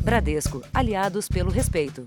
Bradesco, aliados pelo respeito.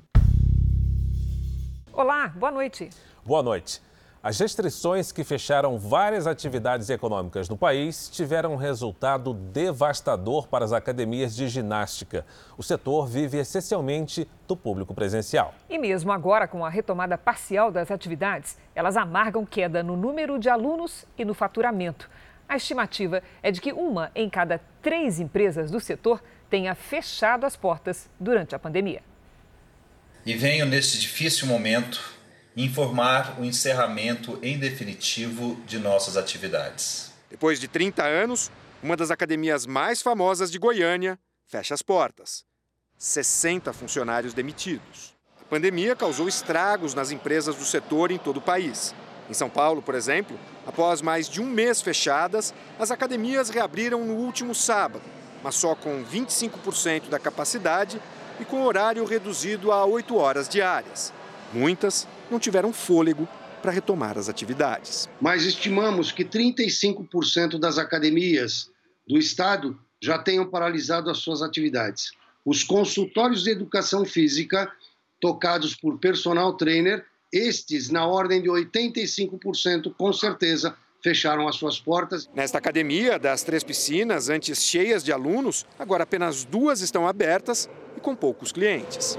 Olá, boa noite. Boa noite. As restrições que fecharam várias atividades econômicas no país tiveram um resultado devastador para as academias de ginástica. O setor vive essencialmente do público presencial. E mesmo agora, com a retomada parcial das atividades, elas amargam queda no número de alunos e no faturamento. A estimativa é de que 1 em cada 3 empresas do setor tenha fechado as portas durante a pandemia. E venho neste difícil momento informar o encerramento em definitivo de nossas atividades. Depois de 30 anos, uma das academias mais famosas de Goiânia fecha as portas. 60 funcionários demitidos. A pandemia causou estragos nas empresas do setor em todo o país. Em São Paulo, por exemplo, após mais de um mês fechadas, as academias reabriram no último sábado, mas só com 25% da capacidade e com horário reduzido a 8 horas diárias. Muitas não tiveram fôlego para retomar as atividades. Mas estimamos que 35% das academias do estado já tenham paralisado as suas atividades. Os consultórios de educação física, tocados por personal trainer, estes, na ordem de 85%, com certeza, fecharam as suas portas. Nesta academia, das 3 piscinas, antes cheias de alunos, agora apenas 2 estão abertas e com poucos clientes.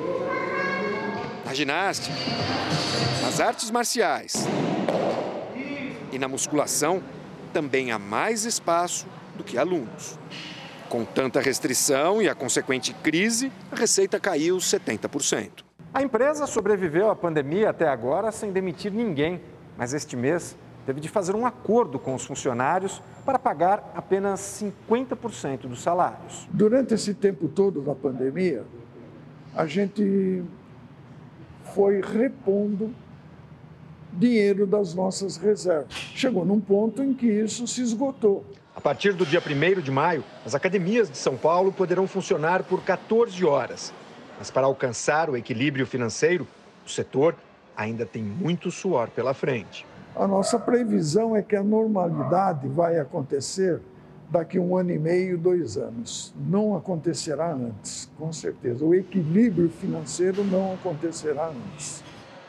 Na ginástica, nas artes marciais e na musculação, também há mais espaço do que alunos. Com tanta restrição e a consequente crise, a receita caiu 70%. A empresa sobreviveu à pandemia até agora sem demitir ninguém, mas este mês teve de fazer um acordo com os funcionários para pagar apenas 50% dos salários. Durante esse tempo todo da pandemia, a gente foi repondo dinheiro das nossas reservas. Chegou num ponto em que isso se esgotou. A partir do dia 1º de maio, as academias de São Paulo poderão funcionar por 14 horas. Mas para alcançar o equilíbrio financeiro, o setor ainda tem muito suor pela frente. A nossa previsão é que a normalidade vai acontecer daqui 1 ano e meio, 2 anos. Não acontecerá antes, com certeza. O equilíbrio financeiro não acontecerá antes.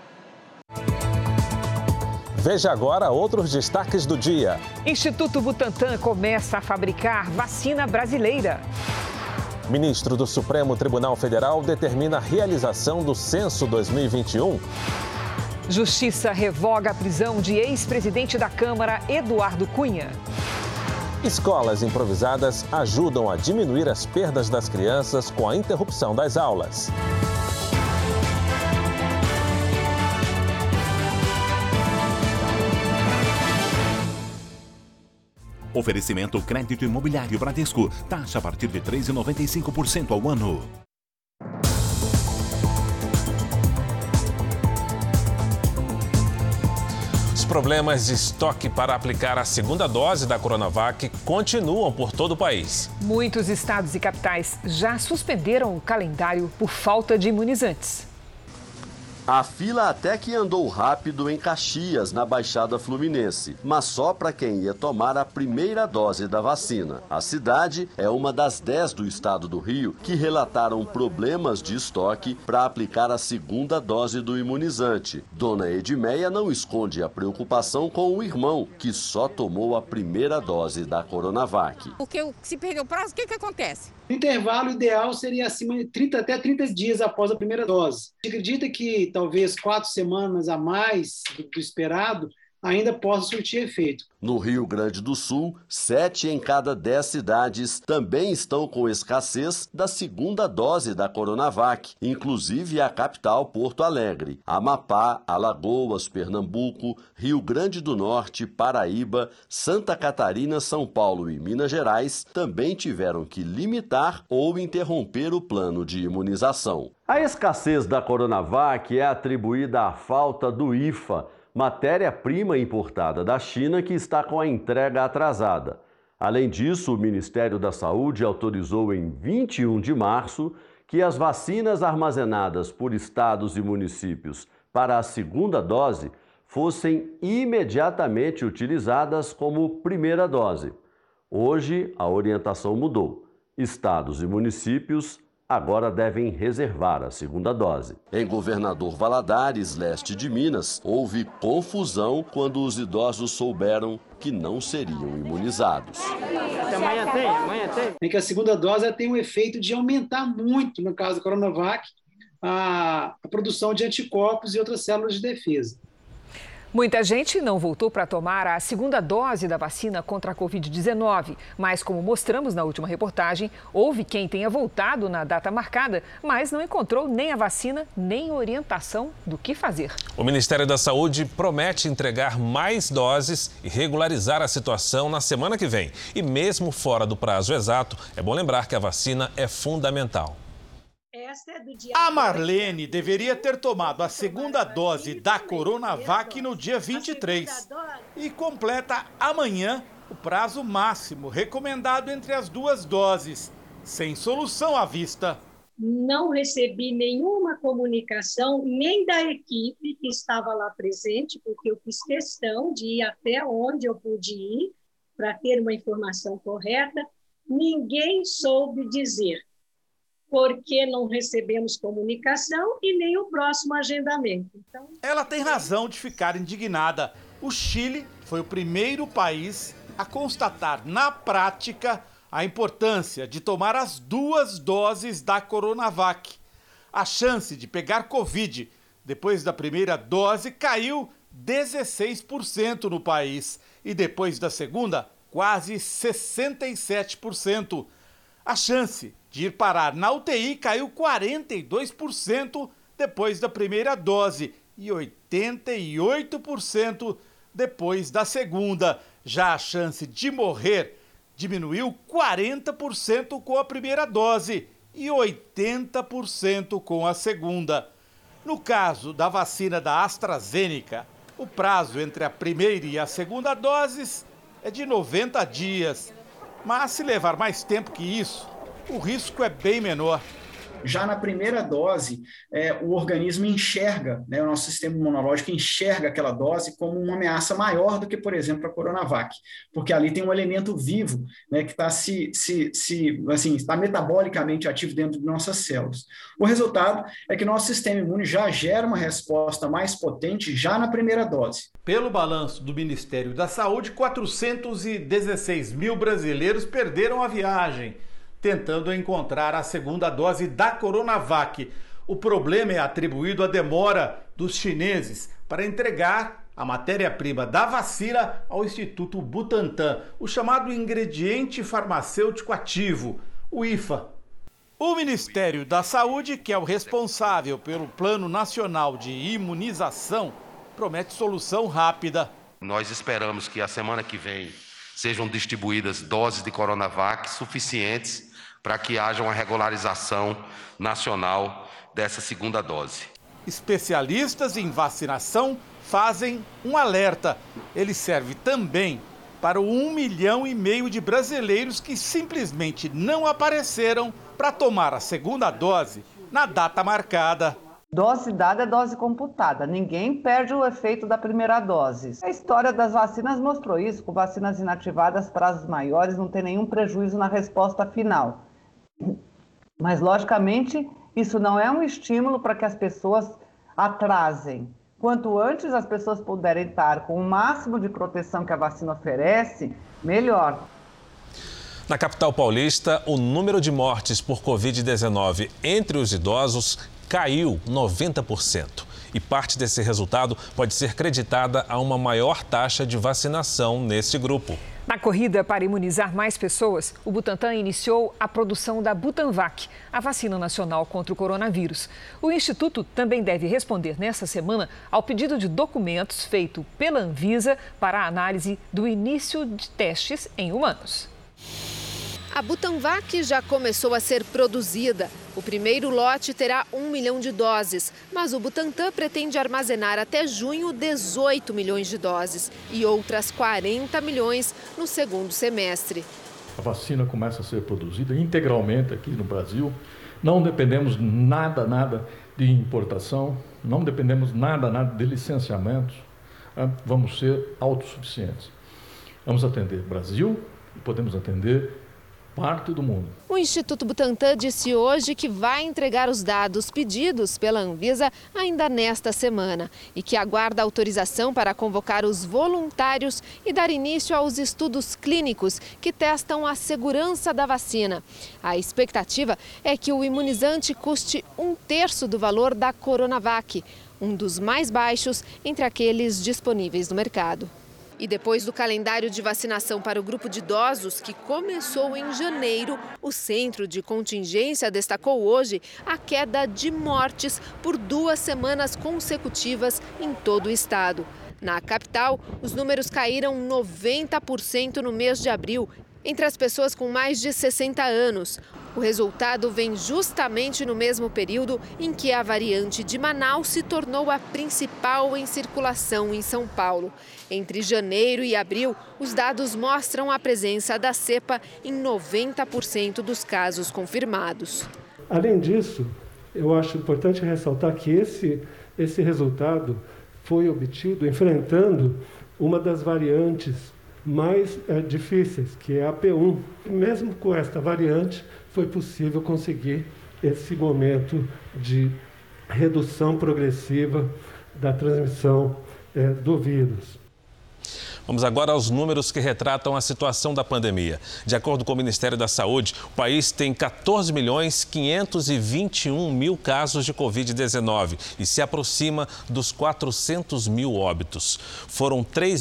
Veja agora outros destaques do dia. Instituto Butantan começa a fabricar vacina brasileira. Ministro do Supremo Tribunal Federal determina a realização do censo 2021. Justiça revoga a prisão de ex-presidente da Câmara, Eduardo Cunha. Escolas improvisadas ajudam a diminuir as perdas das crianças com a interrupção das aulas. Oferecimento Crédito Imobiliário Bradesco. Taxa a partir de 3,95% ao ano. Os problemas de estoque para aplicar a segunda dose da Coronavac continuam por todo o país. Muitos estados e capitais já suspenderam o calendário por falta de imunizantes. A fila até que andou rápido em Caxias, na Baixada Fluminense, mas só para quem ia tomar a primeira dose da vacina. A cidade é uma das 10 do estado do Rio que relataram problemas de estoque para aplicar a segunda dose do imunizante. Dona Edmeia não esconde a preocupação com o irmão, que só tomou a primeira dose da Coronavac. Porque se perder o prazo, o que acontece? O intervalo ideal seria acima de 30 dias após a primeira dose. A gente acredita que talvez 4 semanas a mais do esperado ainda possa surtir efeito. No Rio Grande do Sul, 7 em cada 10 cidades também estão com escassez da segunda dose da Coronavac, inclusive a capital Porto Alegre. Amapá, Alagoas, Pernambuco, Rio Grande do Norte, Paraíba, Santa Catarina, São Paulo e Minas Gerais também tiveram que limitar ou interromper o plano de imunização. A escassez da Coronavac é atribuída à falta do IFA, matéria-prima importada da China que está com a entrega atrasada. Além disso, o Ministério da Saúde autorizou em 21 de março que as vacinas armazenadas por estados e municípios para a segunda dose fossem imediatamente utilizadas como primeira dose. Hoje, a orientação mudou. Estados e municípios agora devem reservar a segunda dose. Em Governador Valadares, leste de Minas, houve confusão quando os idosos souberam que não seriam imunizados. Amanhã tem. Em que a segunda dose tem um efeito de aumentar muito, no caso da Coronavac, a produção de anticorpos e outras células de defesa. Muita gente não voltou para tomar a segunda dose da vacina contra a Covid-19, mas como mostramos na última reportagem, houve quem tenha voltado na data marcada, mas não encontrou nem a vacina, nem orientação do que fazer. O Ministério da Saúde promete entregar mais doses e regularizar a situação na semana que vem. E mesmo fora do prazo exato, é bom lembrar que a vacina é fundamental. A Marlene deveria ter tomado a segunda dose da Coronavac no dia 23 e completa amanhã o prazo máximo recomendado entre as duas doses, sem solução à vista. Não recebi nenhuma comunicação, nem da equipe que estava lá presente, porque eu fiz questão de ir até onde eu pude ir para ter uma informação correta. Ninguém soube dizer porque não recebemos comunicação e nem o próximo agendamento. Então... Ela tem razão de ficar indignada. O Chile foi o primeiro país a constatar na prática a importância de tomar as duas doses da Coronavac. A chance de pegar Covid depois da primeira dose caiu 16% no país e depois da segunda, quase 67%. A chance de ir parar na UTI caiu 42% depois da primeira dose e 88% depois da segunda. Já a chance de morrer diminuiu 40% com a primeira dose e 80% com a segunda. No caso da vacina da AstraZeneca, o prazo entre a primeira e a segunda doses é de 90 dias. Mas se levar mais tempo que isso, o risco é bem menor. Já na primeira dose, o organismo enxerga, o nosso sistema imunológico enxerga aquela dose como uma ameaça maior do que, por exemplo, a Coronavac, porque ali tem um elemento vivo, que está metabolicamente ativo dentro de nossas células. O resultado é que nosso sistema imune já gera uma resposta mais potente já na primeira dose. Pelo balanço do Ministério da Saúde, 416 mil brasileiros perderam a viagem, tentando encontrar a segunda dose da Coronavac. O problema é atribuído à demora dos chineses para entregar a matéria-prima da vacina ao Instituto Butantan, o chamado ingrediente farmacêutico ativo, o IFA. O Ministério da Saúde, que é o responsável pelo Plano Nacional de Imunização, promete solução rápida. Nós esperamos que a semana que vem sejam distribuídas doses de Coronavac suficientes para que haja uma regularização nacional dessa segunda dose. Especialistas em vacinação fazem um alerta. Ele serve também para o 1,5 milhão de brasileiros que simplesmente não apareceram para tomar a segunda dose na data marcada. Dose dada é dose computada, ninguém perde o efeito da primeira dose. A história das vacinas mostrou isso, com vacinas inativadas, prazos maiores, não tem nenhum prejuízo na resposta final. Mas, logicamente, isso não é um estímulo para que as pessoas atrasem. Quanto antes as pessoas puderem estar com o máximo de proteção que a vacina oferece, melhor. Na capital paulista, o número de mortes por Covid-19 entre os idosos caiu 90%. E parte desse resultado pode ser creditada a uma maior taxa de vacinação nesse grupo. Na corrida para imunizar mais pessoas, o Butantan iniciou a produção da Butanvac, a vacina nacional contra o coronavírus. O Instituto também deve responder nesta semana ao pedido de documentos feito pela Anvisa para a análise do início de testes em humanos. A Butanvac já começou a ser produzida. O primeiro lote terá 1 milhão de doses, mas o Butantan pretende armazenar até junho 18 milhões de doses e outras 40 milhões no segundo semestre. A vacina começa a ser produzida integralmente aqui no Brasil. Não dependemos nada de importação, não dependemos nada de licenciamentos. Vamos ser autossuficientes. Vamos atender Brasil e podemos atender parte do mundo. O Instituto Butantan disse hoje que vai entregar os dados pedidos pela Anvisa ainda nesta semana e que aguarda autorização para convocar os voluntários e dar início aos estudos clínicos que testam a segurança da vacina. A expectativa é que o imunizante custe 1/3 do valor da Coronavac, um dos mais baixos entre aqueles disponíveis no mercado. E depois do calendário de vacinação para o grupo de idosos, que começou em janeiro, o Centro de Contingência destacou hoje a queda de mortes por 2 semanas consecutivas em todo o estado. Na capital, os números caíram 90% no mês de abril, entre as pessoas com mais de 60 anos. O resultado vem justamente no mesmo período em que a variante de Manaus se tornou a principal em circulação em São Paulo. Entre janeiro e abril, os dados mostram a presença da cepa em 90% dos casos confirmados. Além disso, eu acho importante ressaltar que esse resultado foi obtido enfrentando uma das variantes mais difíceis, que é a P1. Mesmo com esta variante, foi possível conseguir esse momento de redução progressiva da transmissão do vírus. Vamos agora aos números que retratam a situação da pandemia. De acordo com o Ministério da Saúde, o país tem 14.521.000 casos de Covid-19 e se aproxima dos 400.000 óbitos. Foram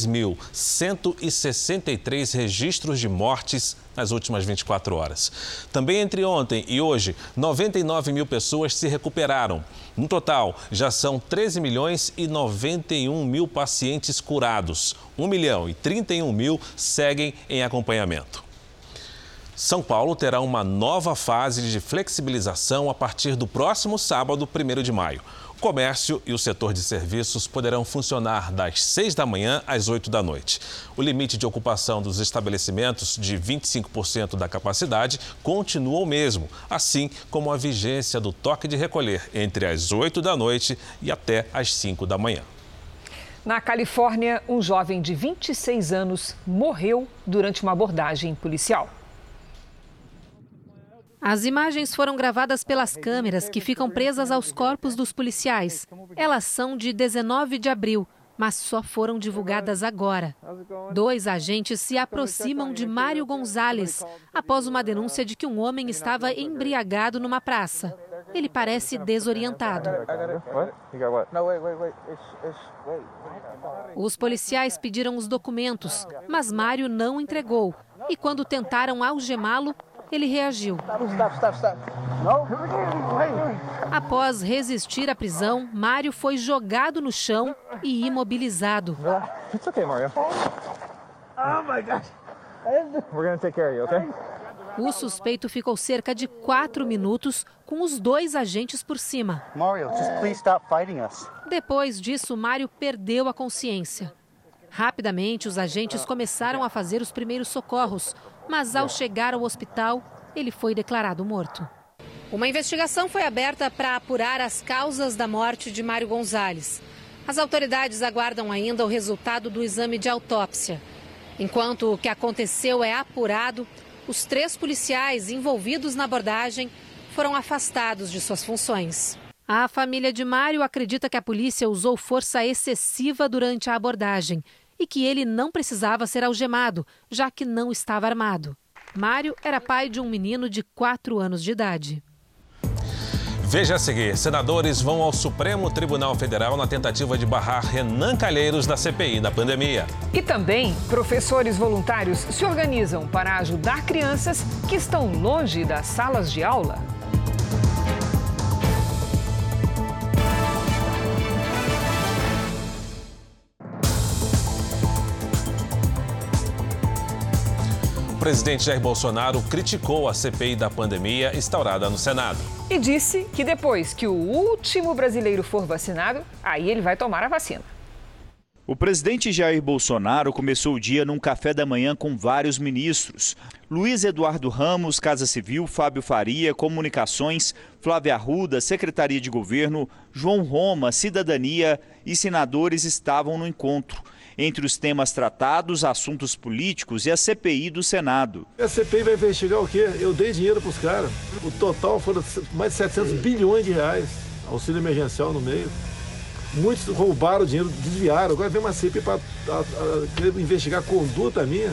3.163 registros de mortes nas últimas 24 horas. Também entre ontem e hoje, 99.000 pessoas se recuperaram. No total, já são 13.091.000 pacientes curados. 1.031.000 seguem em acompanhamento. São Paulo terá uma nova fase de flexibilização a partir do próximo sábado, 1º de maio. O comércio e o setor de serviços poderão funcionar das 6 da manhã às 8 da noite. O limite de ocupação dos estabelecimentos de 25% da capacidade continua o mesmo, assim como a vigência do toque de recolher entre as 8 da noite e até as 5 da manhã. Na Califórnia, um jovem de 26 anos morreu durante uma abordagem policial. As imagens foram gravadas pelas câmeras que ficam presas aos corpos dos policiais. Elas são de 19 de abril, mas só foram divulgadas agora. 2 agentes se aproximam de Mário Gonzalez após uma denúncia de que um homem estava embriagado numa praça. Ele parece desorientado. Os policiais pediram os documentos, mas Mário não entregou. E quando tentaram algemá-lo, ele reagiu. Após resistir à prisão, Mário foi jogado no chão e imobilizado. O suspeito ficou cerca de 4 minutos com os 2 agentes por cima. Depois disso, Mário perdeu a consciência. Rapidamente, os agentes começaram a fazer os primeiros socorros, mas ao chegar ao hospital, ele foi declarado morto. Uma investigação foi aberta para apurar as causas da morte de Mário Gonzalez. As autoridades aguardam ainda o resultado do exame de autópsia. Enquanto o que aconteceu é apurado, os 3 policiais envolvidos na abordagem foram afastados de suas funções. A família de Mário acredita que a polícia usou força excessiva durante a abordagem e que ele não precisava ser algemado, já que não estava armado. Mário era pai de um menino de 4 anos de idade. Veja a seguir, senadores vão ao Supremo Tribunal Federal na tentativa de barrar Renan Calheiros da CPI da pandemia. E também, professores voluntários se organizam para ajudar crianças que estão longe das salas de aula. O presidente Jair Bolsonaro criticou a CPI da pandemia instaurada no Senado. E disse que depois que o último brasileiro for vacinado, aí ele vai tomar a vacina. O presidente Jair Bolsonaro começou o dia num café da manhã com vários ministros. Luiz Eduardo Ramos, Casa Civil, Fábio Faria, Comunicações, Flávia Arruda, Secretaria de Governo, João Roma, Cidadania e senadores estavam no encontro. Entre os temas tratados, assuntos políticos e a CPI do Senado. A CPI vai investigar o quê? Eu dei dinheiro para os caras. O total foram mais de 700 bilhões de reais. Auxílio emergencial no meio. Muitos roubaram o dinheiro, desviaram. Agora vem uma CPI para investigar a conduta minha.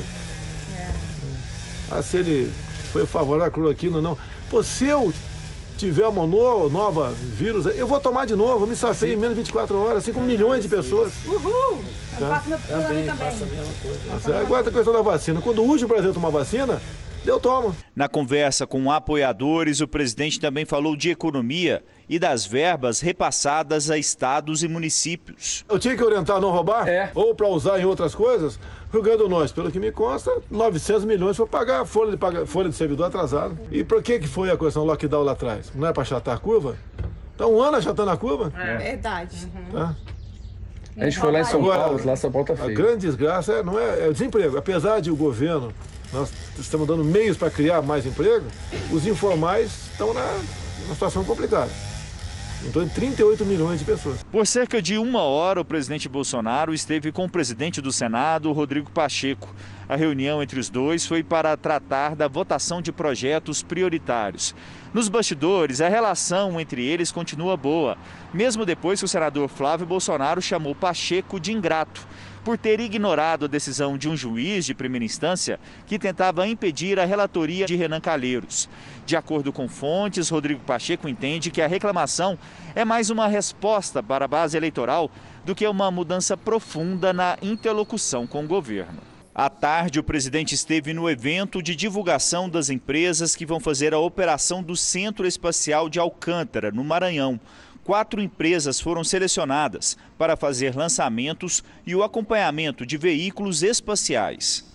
Se ele foi favorável à cloroquina ou não. Pô, se eu tiver uma nova vírus, eu vou tomar de novo, eu me safei em menos de 24 horas, assim como milhões de pessoas. Uhul! Eu Tá? faço meu plano também. Agora a questão da vacina. Quando urge o Brasil tomar vacina, eu tomo. Na conversa com apoiadores, o presidente também falou de economia e das verbas repassadas a estados e municípios. Eu tinha que orientar a não roubar, ou para usar em outras coisas. Rio Grande do Norte, pelo que me consta, 900 milhões para pagar folha de servidor atrasado. E por que foi a questão lockdown lá atrás? Não é para achatar a curva? Está um ano achatando a curva? É verdade. Tá? A gente foi lá em São Paulo, lá São Paulo tá feio. A grande desgraça é o desemprego. Apesar de o governo, nós estamos dando meios para criar mais emprego, os informais estão numa situação complicada. Em torno de 38 milhões de pessoas. Por cerca de 1 hora, o presidente Bolsonaro esteve com o presidente do Senado, Rodrigo Pacheco. A reunião entre os dois foi para tratar da votação de projetos prioritários. Nos bastidores, a relação entre eles continua boa, mesmo depois que o senador Flávio Bolsonaro chamou Pacheco de ingrato, por ter ignorado a decisão de um juiz de primeira instância que tentava impedir a relatoria de Renan Calheiros. De acordo com fontes, Rodrigo Pacheco entende que a reclamação é mais uma resposta para a base eleitoral do que uma mudança profunda na interlocução com o governo. À tarde, o presidente esteve no evento de divulgação das empresas que vão fazer a operação do Centro Espacial de Alcântara, no Maranhão. 4 empresas foram selecionadas para fazer lançamentos e o acompanhamento de veículos espaciais.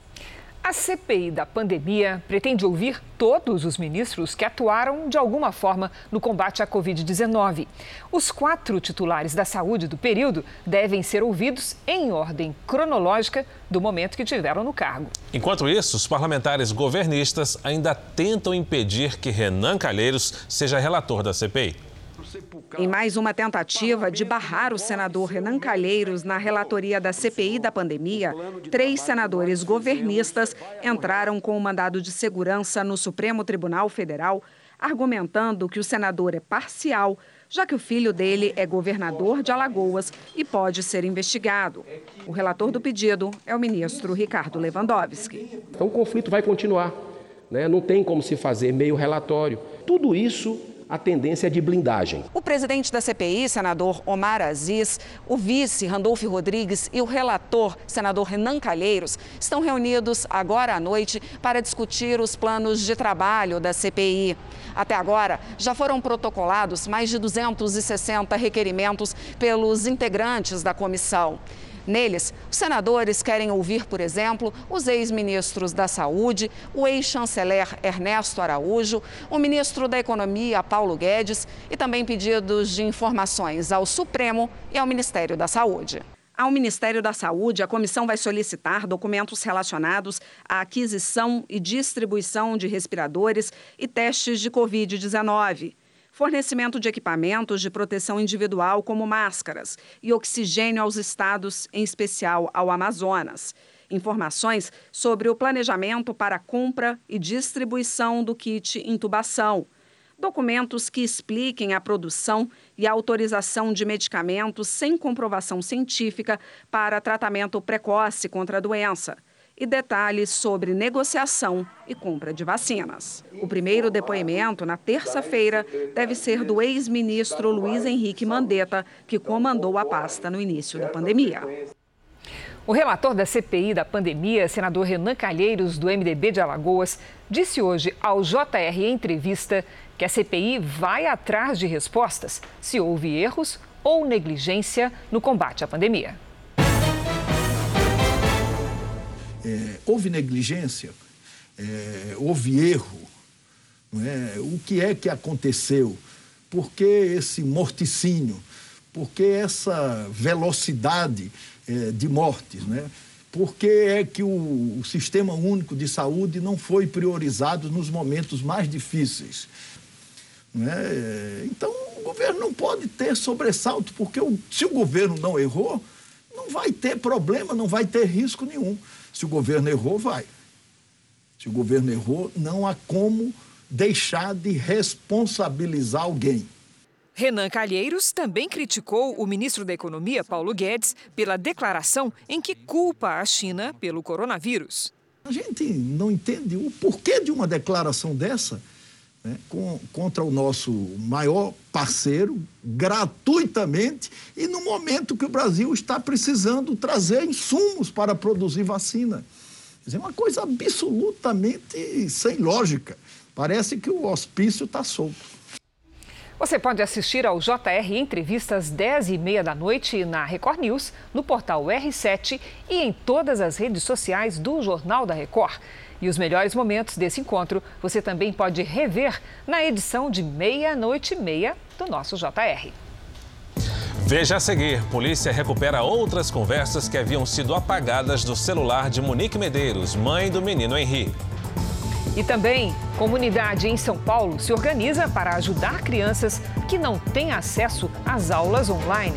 A CPI da pandemia pretende ouvir todos os ministros que atuaram de alguma forma no combate à Covid-19. Os 4 titulares da saúde do período devem ser ouvidos em ordem cronológica do momento que tiveram no cargo. Enquanto isso, os parlamentares governistas ainda tentam impedir que Renan Calheiros seja relator da CPI. Em mais uma tentativa de barrar o senador Renan Calheiros na relatoria da CPI da pandemia, 3 senadores governistas entraram com um mandado de segurança no Supremo Tribunal Federal, argumentando que o senador é parcial, já que o filho dele é governador de Alagoas e pode ser investigado. O relator do pedido é o ministro Ricardo Lewandowski. Então o conflito vai continuar, né? Não tem como se fazer meio relatório. Tudo isso, a tendência é de blindagem. O presidente da CPI, senador Omar Aziz, o vice, Randolfo Rodrigues, e o relator, senador Renan Calheiros, estão reunidos agora à noite para discutir os planos de trabalho da CPI. Até agora, já foram protocolados mais de 260 requerimentos pelos integrantes da comissão. Neles, os senadores querem ouvir, por exemplo, os ex-ministros da Saúde, o ex-chanceler Ernesto Araújo, o ministro da Economia, Paulo Guedes, e também pedidos de informações ao Supremo e ao Ministério da Saúde. Ao Ministério da Saúde, a comissão vai solicitar documentos relacionados à aquisição e distribuição de respiradores e testes de Covid-19. Fornecimento de equipamentos de proteção individual, como máscaras, e oxigênio aos estados, em especial ao Amazonas. Informações sobre o planejamento para a compra e distribuição do kit intubação. Documentos que expliquem a produção e a autorização de medicamentos sem comprovação científica para tratamento precoce contra a doença. E detalhes sobre negociação e compra de vacinas. O primeiro depoimento, na terça-feira, deve ser do ex-ministro Luiz Henrique Mandetta, que comandou a pasta no início da pandemia. O relator da CPI da pandemia, senador Renan Calheiros, do MDB de Alagoas, disse hoje ao JR Entrevista que a CPI vai atrás de respostas se houve erros ou negligência no combate à pandemia. Houve negligência, houve erro, não é? O que é que aconteceu? Por que esse morticínio? Por que essa velocidade de mortes? Né? Por que é que o Sistema Único de Saúde não foi priorizado nos momentos mais difíceis? Não é? Então, o governo não pode ter sobressalto, porque se o governo não errou, não vai ter problema, não vai ter risco nenhum. Se o governo errou, vai. Se o governo errou, não há como deixar de responsabilizar alguém. Renan Calheiros também criticou o ministro da Economia, Paulo Guedes, pela declaração em que culpa a China pelo coronavírus. A gente não entende o porquê de uma declaração dessa, né, contra o nosso maior parceiro, gratuitamente, e no momento que o Brasil está precisando trazer insumos para produzir vacina. Quer dizer, uma coisa absolutamente sem lógica. Parece que o hospício está solto. Você pode assistir ao JR Entrevista às 10h30 da noite na Record News, no portal R7 e em todas as redes sociais do Jornal da Record. E os melhores momentos desse encontro você também pode rever na edição de 00:30 do nosso JR. Veja a seguir, polícia recupera outras conversas que haviam sido apagadas do celular de Monique Medeiros, mãe do menino Henri. E também, comunidade em São Paulo se organiza para ajudar crianças que não têm acesso às aulas online.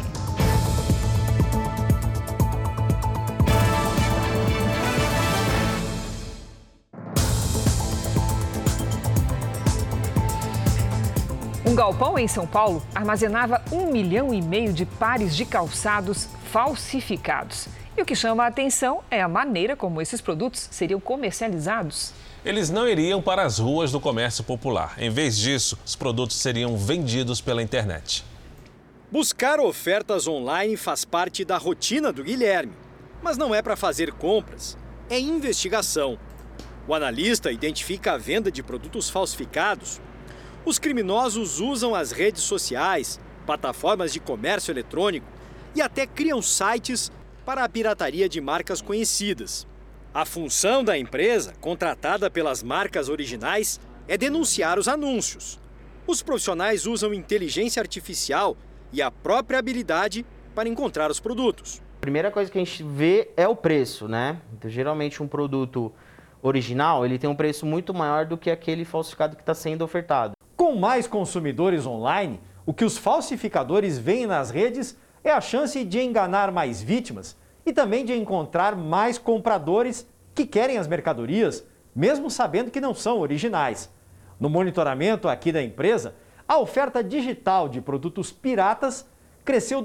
Um galpão em São Paulo armazenava 1,5 milhão de pares de calçados falsificados. E o que chama a atenção é a maneira como esses produtos seriam comercializados. Eles não iriam para as ruas do comércio popular. Em vez disso, os produtos seriam vendidos pela internet. Buscar ofertas online faz parte da rotina do Guilherme. Mas não é para fazer compras, é investigação. O analista identifica a venda de produtos falsificados. Os criminosos usam as redes sociais, plataformas de comércio eletrônico e até criam sites para a pirataria de marcas conhecidas. A função da empresa, contratada pelas marcas originais, é denunciar os anúncios. Os profissionais usam inteligência artificial e a própria habilidade para encontrar os produtos. A primeira coisa que a gente vê é o preço, né? Então, geralmente um produto original, ele tem um preço muito maior do que aquele falsificado que está sendo ofertado. Com mais consumidores online, o que os falsificadores veem nas redes é a chance de enganar mais vítimas e também de encontrar mais compradores que querem as mercadorias, mesmo sabendo que não são originais. No monitoramento aqui da empresa, a oferta digital de produtos piratas cresceu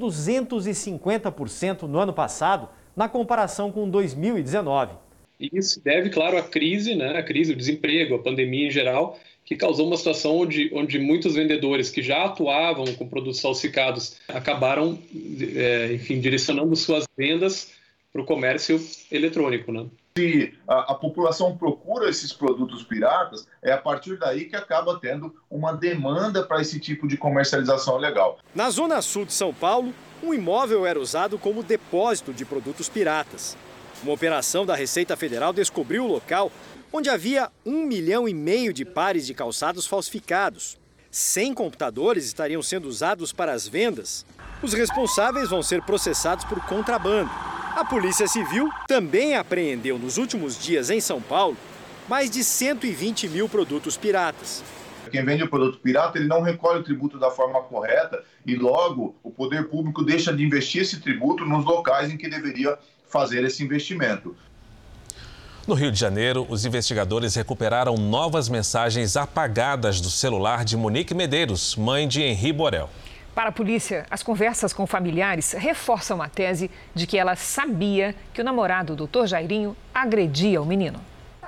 250% no ano passado, na comparação com 2019. Isso deve, claro, à crise, né? A crise, o desemprego, a pandemia em geral, que causou uma situação onde muitos vendedores que já atuavam com produtos falsificados acabaram, direcionando suas vendas para o comércio eletrônico, né? Se a população procura esses produtos piratas, é a partir daí que acaba tendo uma demanda para esse tipo de comercialização legal. Na zona sul de São Paulo, um imóvel era usado como depósito de produtos piratas. Uma operação da Receita Federal descobriu o local onde havia 1,5 milhão de pares de calçados falsificados. 100 computadores estariam sendo usados para as vendas. Os responsáveis vão ser processados por contrabando. A Polícia Civil também apreendeu nos últimos dias em São Paulo mais de 120 mil produtos piratas. Quem vende o produto pirata, ele não recolhe o tributo da forma correta e logo o poder público deixa de investir esse tributo nos locais em que deveria fazer esse investimento. No Rio de Janeiro, os investigadores recuperaram novas mensagens apagadas do celular de Monique Medeiros, mãe de Henri Borel. Para a polícia, as conversas com familiares reforçam a tese de que ela sabia que o namorado, o Dr. Jairinho, agredia o menino.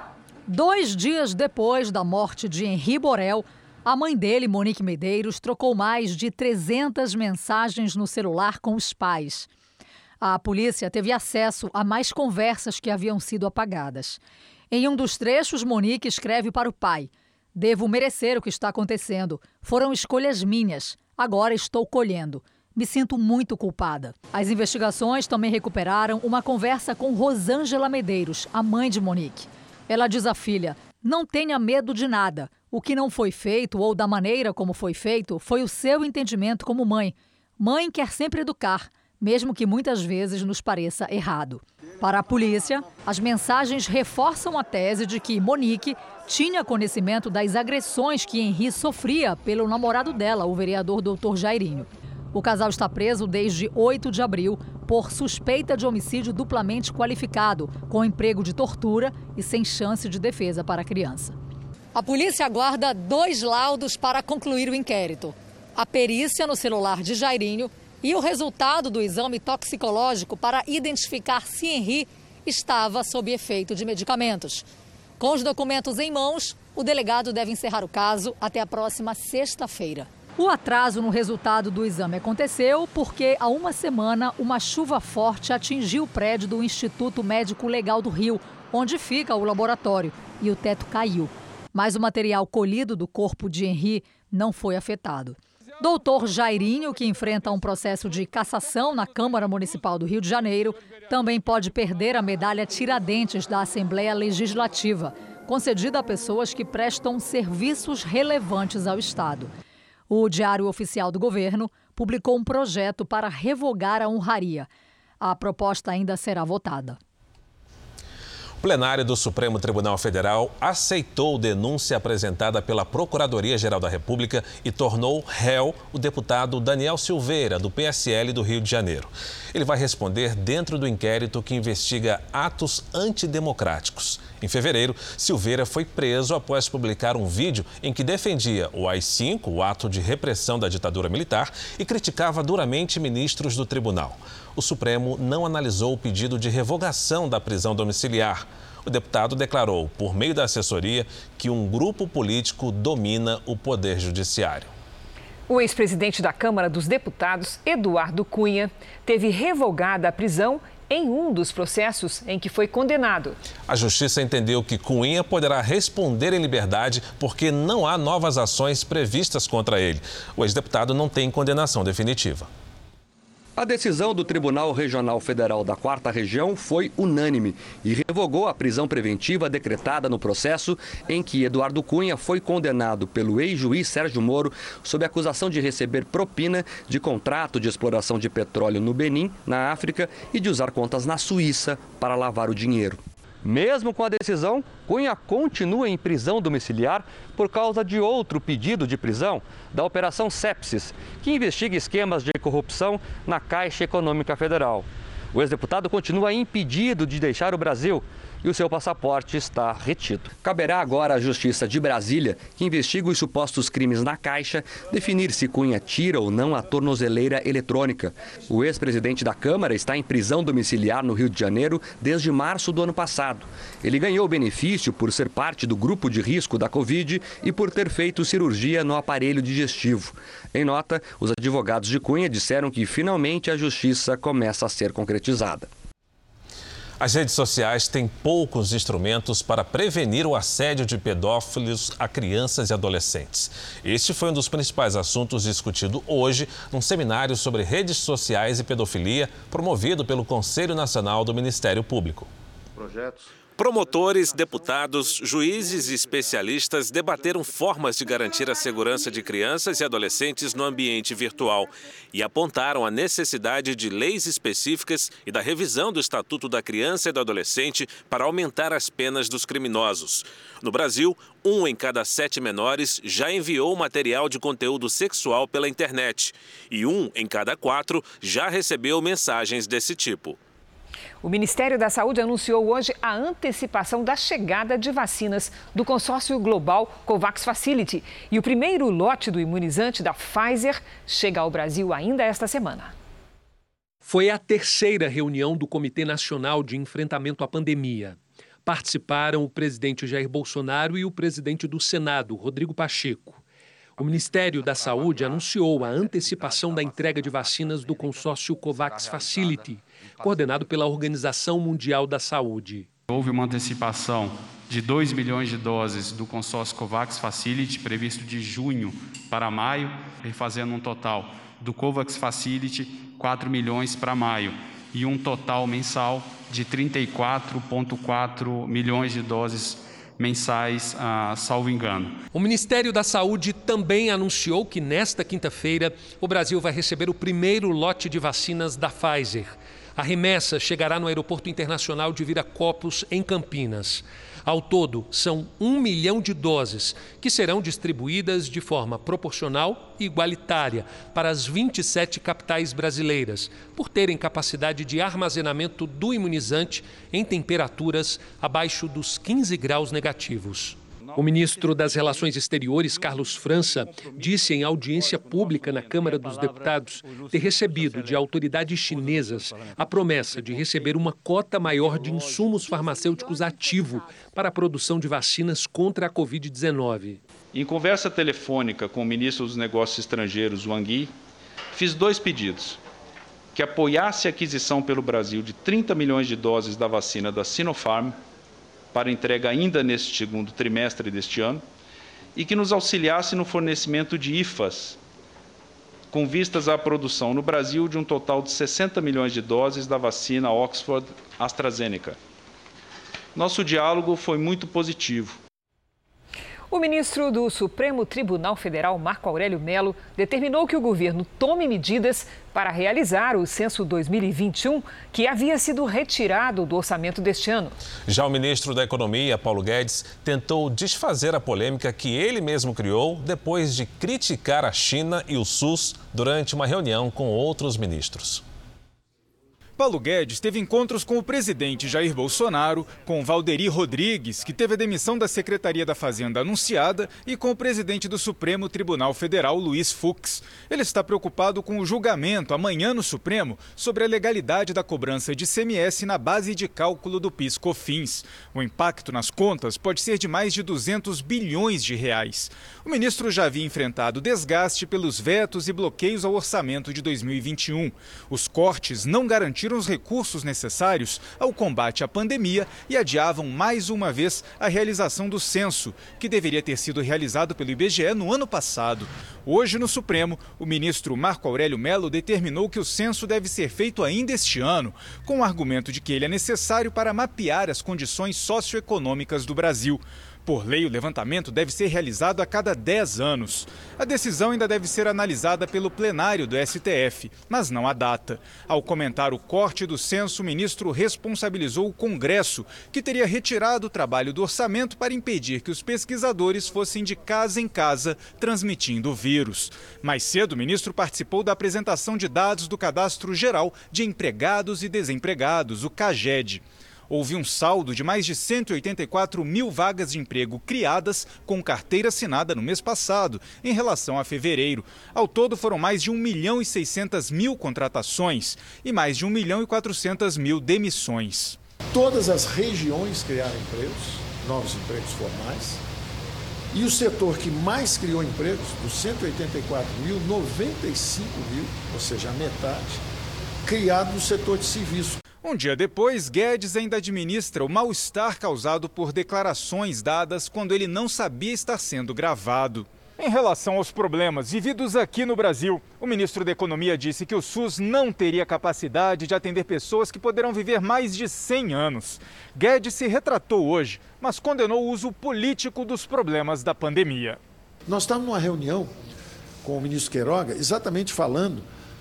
2 dias depois da morte de Henri Borel, a mãe dele, Monique Medeiros, trocou mais de 300 mensagens no celular com os pais. A polícia teve acesso a mais conversas que haviam sido apagadas. Em um dos trechos, Monique escreve para o pai: "Devo merecer o que está acontecendo. Foram escolhas minhas. Agora estou colhendo. Me sinto muito culpada." As investigações também recuperaram uma conversa com Rosângela Medeiros, a mãe de Monique. Ela diz à filha: "Não tenha medo de nada. O que não foi feito ou da maneira como foi feito foi o seu entendimento como mãe. Mãe quer sempre educar, mesmo que muitas vezes nos pareça errado." Para a polícia, as mensagens reforçam a tese de que Monique tinha conhecimento das agressões que Henri sofria pelo namorado dela, o vereador Dr. Jairinho. O casal está preso desde 8 de abril por suspeita de homicídio duplamente qualificado, com emprego de tortura e sem chance de defesa para a criança. A polícia aguarda 2 laudos para concluir o inquérito: a perícia no celular de Jairinho e o resultado do exame toxicológico para identificar se Henri estava sob efeito de medicamentos. Com os documentos em mãos, o delegado deve encerrar o caso até a próxima sexta-feira. O atraso no resultado do exame aconteceu porque, há uma semana, uma chuva forte atingiu o prédio do Instituto Médico Legal do Rio, onde fica o laboratório, e o teto caiu. Mas o material colhido do corpo de Henri não foi afetado. Doutor Jairinho, que enfrenta um processo de cassação na Câmara Municipal do Rio de Janeiro, também pode perder a medalha Tiradentes da Assembleia Legislativa, concedida a pessoas que prestam serviços relevantes ao Estado. O Diário Oficial do Governo publicou um projeto para revogar a honraria. A proposta ainda será votada. O plenário do Supremo Tribunal Federal aceitou denúncia apresentada pela Procuradoria-Geral da República e tornou réu o deputado Daniel Silveira, do PSL do Rio de Janeiro. Ele vai responder dentro do inquérito que investiga atos antidemocráticos. Em fevereiro, Silveira foi preso após publicar um vídeo em que defendia o AI-5, o ato de repressão da ditadura militar, e criticava duramente ministros do tribunal. O Supremo não analisou o pedido de revogação da prisão domiciliar. O deputado declarou, por meio da assessoria, que um grupo político domina o poder judiciário. O ex-presidente da Câmara dos Deputados, Eduardo Cunha, teve revogada a prisão em um dos processos em que foi condenado. A Justiça entendeu que Cunha poderá responder em liberdade porque não há novas ações previstas contra ele. O ex-deputado não tem condenação definitiva. A decisão do Tribunal Regional Federal da 4ª Região foi unânime e revogou a prisão preventiva decretada no processo em que Eduardo Cunha foi condenado pelo ex-juiz Sérgio Moro sob acusação de receber propina de contrato de exploração de petróleo no Benin, na África, e de usar contas na Suíça para lavar o dinheiro. Mesmo com a decisão, Cunha continua em prisão domiciliar por causa de outro pedido de prisão da Operação Sepsis, que investiga esquemas de corrupção na Caixa Econômica Federal. O ex-deputado continua impedido de deixar o Brasil e o seu passaporte está retido. Caberá agora à Justiça de Brasília, que investiga os supostos crimes na Caixa, definir se Cunha tira ou não a tornozeleira eletrônica. O ex-presidente da Câmara está em prisão domiciliar no Rio de Janeiro desde março do ano passado. Ele ganhou benefício por ser parte do grupo de risco da Covid e por ter feito cirurgia no aparelho digestivo. Em nota, os advogados de Cunha disseram que finalmente a justiça começa a ser concretizada. As redes sociais têm poucos instrumentos para prevenir o assédio de pedófilos a crianças e adolescentes. Este foi um dos principais assuntos discutido hoje num seminário sobre redes sociais e pedofilia promovido pelo Conselho Nacional do Ministério Público. Promotores, deputados, juízes e especialistas debateram formas de garantir a segurança de crianças e adolescentes no ambiente virtual e apontaram a necessidade de leis específicas e da revisão do Estatuto da Criança e do Adolescente para aumentar as penas dos criminosos. No Brasil, 1 em cada 7 menores já enviou material de conteúdo sexual pela internet e 1 em cada 4 já recebeu mensagens desse tipo. O Ministério da Saúde anunciou hoje a antecipação da chegada de vacinas do consórcio global COVAX Facility. E o primeiro lote do imunizante da Pfizer chega ao Brasil ainda esta semana. Foi a terceira reunião do Comitê Nacional de Enfrentamento à Pandemia. Participaram o presidente Jair Bolsonaro e o presidente do Senado, Rodrigo Pacheco. O Ministério da Saúde anunciou a antecipação da entrega de vacinas do consórcio COVAX Facility, coordenado pela Organização Mundial da Saúde. Houve uma antecipação de 2 milhões de doses do consórcio COVAX Facility, previsto de junho para maio, fazendo um total do COVAX Facility 4 milhões para maio e um total mensal de 34,4 milhões de doses mensais, salvo engano. O Ministério da Saúde também anunciou que nesta quinta-feira o Brasil vai receber o primeiro lote de vacinas da Pfizer. A remessa chegará no Aeroporto Internacional de Viracopos, em Campinas. Ao todo, são 1 milhão de doses que serão distribuídas de forma proporcional e igualitária para as 27 capitais brasileiras, por terem capacidade de armazenamento do imunizante em temperaturas abaixo dos 15 graus negativos. O ministro das Relações Exteriores, Carlos França, disse em audiência pública na Câmara dos Deputados ter recebido de autoridades chinesas a promessa de receber uma cota maior de insumos farmacêuticos ativo para a produção de vacinas contra a Covid-19. Em conversa telefônica com o ministro dos Negócios Estrangeiros, Wang Yi, fiz 2 pedidos: que apoiasse a aquisição pelo Brasil de 30 milhões de doses da vacina da Sinopharm, para entrega ainda neste segundo trimestre deste ano, e que nos auxiliasse no fornecimento de IFAs, com vistas à produção no Brasil de um total de 60 milhões de doses da vacina Oxford AstraZeneca. Nosso diálogo foi muito positivo. O ministro do Supremo Tribunal Federal, Marco Aurélio Mello, determinou que o governo tome medidas para realizar o censo 2021, que havia sido retirado do orçamento deste ano. Já o ministro da Economia, Paulo Guedes, tentou desfazer a polêmica que ele mesmo criou depois de criticar a China e o SUS durante uma reunião com outros ministros. Paulo Guedes teve encontros com o presidente Jair Bolsonaro, com Valderi Rodrigues, que teve a demissão da Secretaria da Fazenda anunciada, e com o presidente do Supremo Tribunal Federal, Luiz Fux. Ele está preocupado com o julgamento amanhã no Supremo sobre a legalidade da cobrança de ICMS na base de cálculo do PIS/COFINS. O impacto nas contas pode ser de mais de 200 bilhões de reais. O ministro já havia enfrentado desgaste pelos vetos e bloqueios ao orçamento de 2021. Os cortes não garantiram os recursos necessários ao combate à pandemia e adiavam mais uma vez a realização do censo, que deveria ter sido realizado pelo IBGE no ano passado. Hoje, no Supremo, o ministro Marco Aurélio Mello determinou que o censo deve ser feito ainda este ano, com o argumento de que ele é necessário para mapear as condições socioeconômicas do Brasil. Por lei, o levantamento deve ser realizado a cada 10 anos. A decisão ainda deve ser analisada pelo plenário do STF, mas não a data. Ao comentar o corte do censo, o ministro responsabilizou o Congresso, que teria retirado o trabalho do orçamento para impedir que os pesquisadores fossem de casa em casa transmitindo o vírus. Mais cedo, o ministro participou da apresentação de dados do Cadastro Geral de Empregados e Desempregados, o CAGED. Houve um saldo de mais de 184 mil vagas de emprego criadas com carteira assinada no mês passado, em relação a fevereiro. Ao todo, foram mais de 1.600.000 contratações e mais de 1.400.000 demissões. Todas as regiões criaram empregos, novos empregos formais. E o setor que mais criou empregos, dos 184 mil, 95 mil, ou seja, a metade, criado no setor de serviço. Um dia depois, Guedes ainda administra o mal-estar causado por declarações dadas quando ele não sabia estar sendo gravado. Em relação aos problemas vividos aqui no Brasil, o ministro da Economia disse que o SUS não teria capacidade de atender pessoas que poderão viver mais de 100 anos. Guedes se retratou hoje, mas condenou o uso político dos problemas da pandemia. Nós estávamos numa reunião com o ministro Queiroga, exatamente falando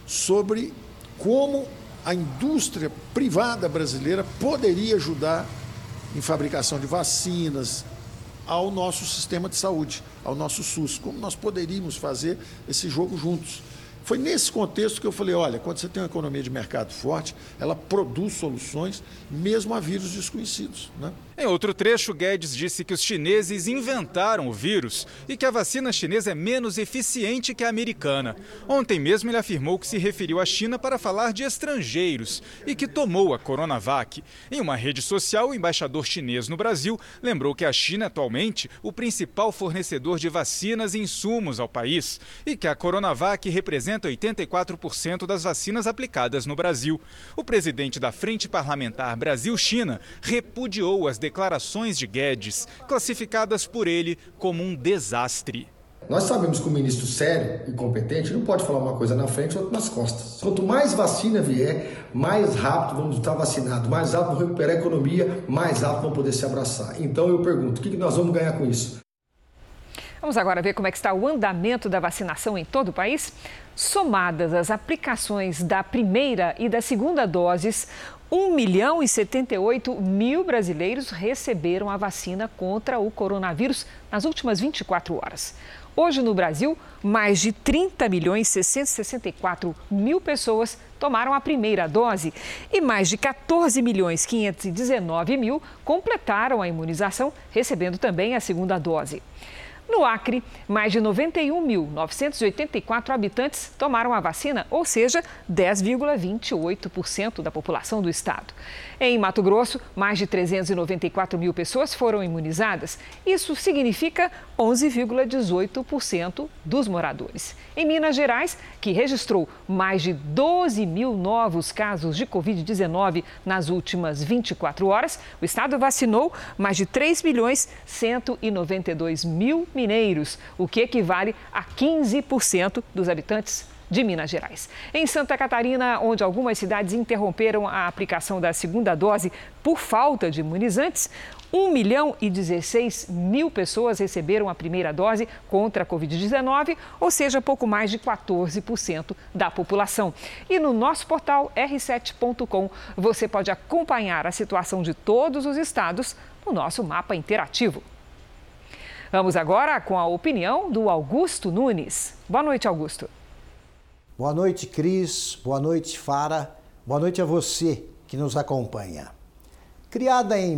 sobre como a indústria privada brasileira poderia ajudar em fabricação de vacinas ao nosso sistema de saúde, ao nosso SUS, como nós poderíamos fazer esse jogo juntos. Foi nesse contexto que eu falei, olha, quando você tem uma economia de mercado forte, ela produz soluções mesmo a vírus desconhecidos, né? Em outro trecho, Guedes disse que os chineses inventaram o vírus e que a vacina chinesa é menos eficiente que a americana. Ontem mesmo ele afirmou que se referiu à China para falar de estrangeiros e que tomou a Coronavac. Em uma rede social, o embaixador chinês no Brasil lembrou que a China é atualmente o principal fornecedor de vacinas e insumos ao país e que a Coronavac representa 84% das vacinas aplicadas no Brasil. O presidente da Frente Parlamentar Brasil-China repudiou as declarações de Guedes, classificadas por ele como um desastre. Nós sabemos que um ministro sério e competente não pode falar uma coisa na frente e outra nas costas. Quanto mais vacina vier, mais rápido vamos estar vacinados, mais rápido vamos recuperar a economia, mais rápido vamos poder se abraçar. Então eu pergunto, o que nós vamos ganhar com isso? Vamos agora ver como é que está o andamento da vacinação em todo o país. Somadas as aplicações da primeira e da segunda doses, 1.078.000 brasileiros receberam a vacina contra o coronavírus nas últimas 24 horas. Hoje, no Brasil, mais de 30.664.000 pessoas tomaram a primeira dose e mais de 14.519.000 completaram a imunização, recebendo também a segunda dose. No Acre, mais de 91.984 habitantes tomaram a vacina, ou seja, 10,28% da população do estado. Em Mato Grosso, mais de 394.000 pessoas foram imunizadas. Isso significa 11,18% dos moradores. Em Minas Gerais, que registrou mais de 12.000 novos casos de Covid-19 nas últimas 24 horas, o estado vacinou mais de 3.192.000 mineiros, o que equivale a 15% dos habitantes de Minas Gerais. Em Santa Catarina, onde algumas cidades interromperam a aplicação da segunda dose por falta de imunizantes, 1.016.000 pessoas receberam a primeira dose contra a Covid-19, ou seja, pouco mais de 14% da população. E no nosso portal r7.com você pode acompanhar a situação de todos os estados no nosso mapa interativo. Vamos agora com a opinião do Augusto Nunes. Boa noite, Augusto. Boa noite, Cris. Boa noite, Fara. Boa noite a você que nos acompanha. Criada em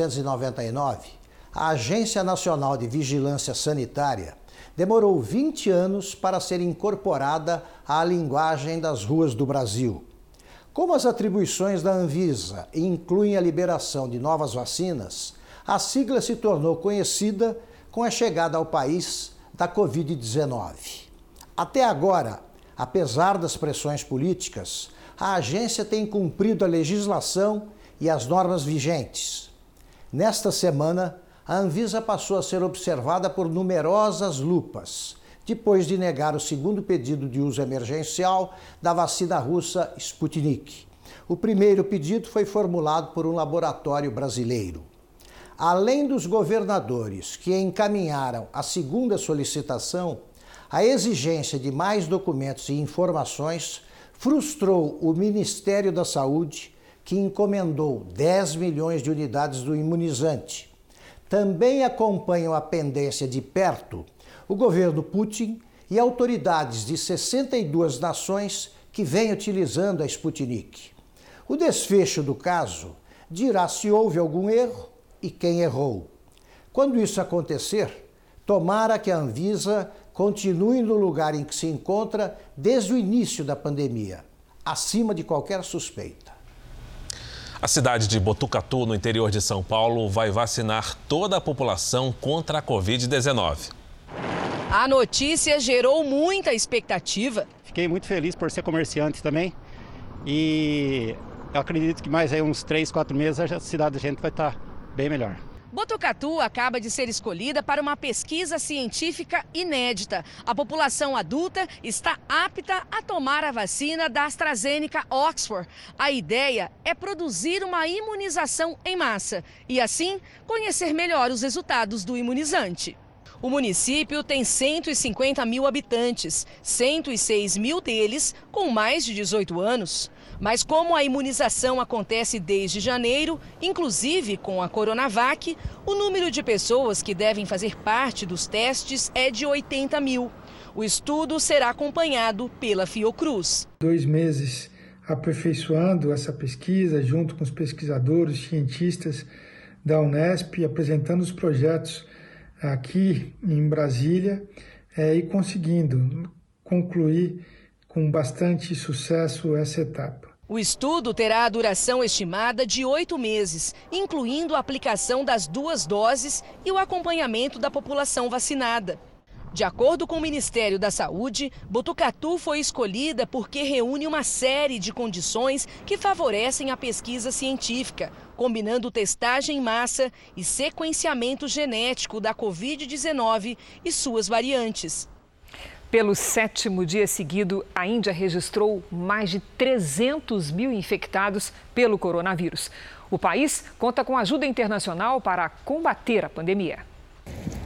1999, a Agência Nacional de Vigilância Sanitária demorou 20 anos para ser incorporada à linguagem das ruas do Brasil. Como as atribuições da Anvisa incluem a liberação de novas vacinas, a sigla se tornou conhecida com a chegada ao país da Covid-19. Até agora, apesar das pressões políticas, a agência tem cumprido a legislação e as normas vigentes. Nesta semana, a Anvisa passou a ser observada por numerosas lupas, depois de negar o segundo pedido de uso emergencial da vacina russa Sputnik. O primeiro pedido foi formulado por um laboratório brasileiro. Além dos governadores que encaminharam a segunda solicitação, a exigência de mais documentos e informações frustrou o Ministério da Saúde, que encomendou 10 milhões de unidades do imunizante. Também acompanham a pendência de perto o governo Putin e autoridades de 62 nações que vêm utilizando a Sputnik. O desfecho do caso dirá se houve algum erro e quem errou. Quando isso acontecer, tomara que a Anvisa continue no lugar em que se encontra desde o início da pandemia, acima de qualquer suspeita. A cidade de Botucatu, no interior de São Paulo, vai vacinar toda a população contra a Covid-19. A notícia gerou muita expectativa. Fiquei muito feliz por ser comerciante também e eu acredito que mais aí uns 3, 4 meses a cidade da gente vai estar bem melhor. Botucatu acaba de ser escolhida para uma pesquisa científica inédita. A população adulta está apta a tomar a vacina da AstraZeneca Oxford. A ideia é produzir uma imunização em massa e, assim, conhecer melhor os resultados do imunizante. O município tem 150 mil habitantes, 106 mil deles com mais de 18 anos. Mas como a imunização acontece desde janeiro, inclusive com a Coronavac, o número de pessoas que devem fazer parte dos testes é de 80 mil. O estudo será acompanhado pela Fiocruz. 2 meses aperfeiçoando essa pesquisa, junto com os pesquisadores, cientistas da Unesp, apresentando os projetos aqui em Brasília e conseguindo concluir com bastante sucesso essa etapa. O estudo terá a duração estimada de 8 meses, incluindo a aplicação das 2 doses e o acompanhamento da população vacinada. De acordo com o Ministério da Saúde, Botucatu foi escolhida porque reúne uma série de condições que favorecem a pesquisa científica, combinando testagem em massa e sequenciamento genético da Covid-19 e suas variantes. Pelo 7º dia seguido, a Índia registrou mais de 300 mil infectados pelo coronavírus. O país conta com ajuda internacional para combater a pandemia.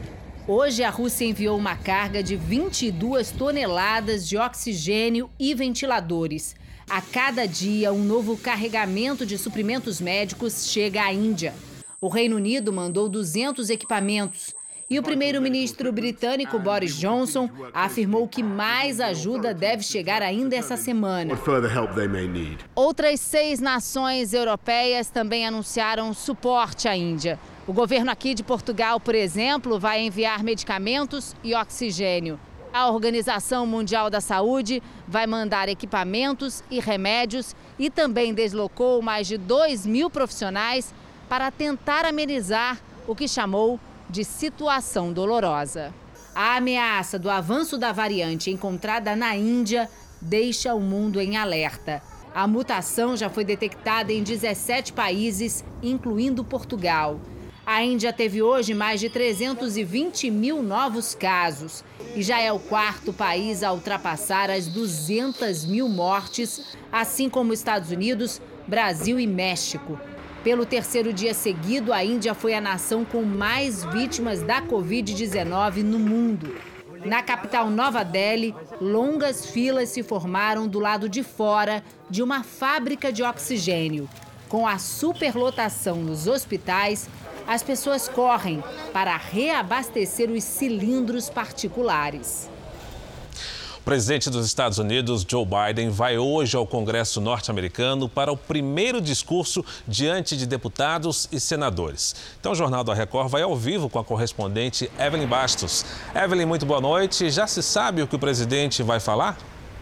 Hoje, a Rússia enviou uma carga de 22 toneladas de oxigênio e ventiladores. A cada dia, um novo carregamento de suprimentos médicos chega à Índia. O Reino Unido mandou 200 equipamentos. E o primeiro-ministro britânico Boris Johnson afirmou que mais ajuda deve chegar ainda essa semana. Outras 6 nações europeias também anunciaram suporte à Índia. O governo aqui de Portugal, por exemplo, vai enviar medicamentos e oxigênio. A Organização Mundial da Saúde vai mandar equipamentos e remédios e também deslocou mais de 2.000 profissionais para tentar amenizar o que chamou de situação dolorosa. A ameaça do avanço da variante encontrada na Índia deixa o mundo em alerta. A mutação já foi detectada em 17 países, incluindo Portugal. A Índia teve hoje mais de 320 mil novos casos e já é o 4º país a ultrapassar as 200 mil mortes, assim como Estados Unidos, Brasil e México. Pelo 3º dia seguido, a Índia foi a nação com mais vítimas da Covid-19 no mundo. Na capital Nova Delhi, longas filas se formaram do lado de fora de uma fábrica de oxigênio. Com a superlotação nos hospitais, as pessoas correm para reabastecer os cilindros particulares. O presidente dos Estados Unidos, Joe Biden, vai hoje ao Congresso norte-americano para o primeiro discurso diante de deputados e senadores. Então, o Jornal da Record vai ao vivo com a correspondente Evelyn Bastos. Evelyn, muito boa noite. Já se sabe o que o presidente vai falar?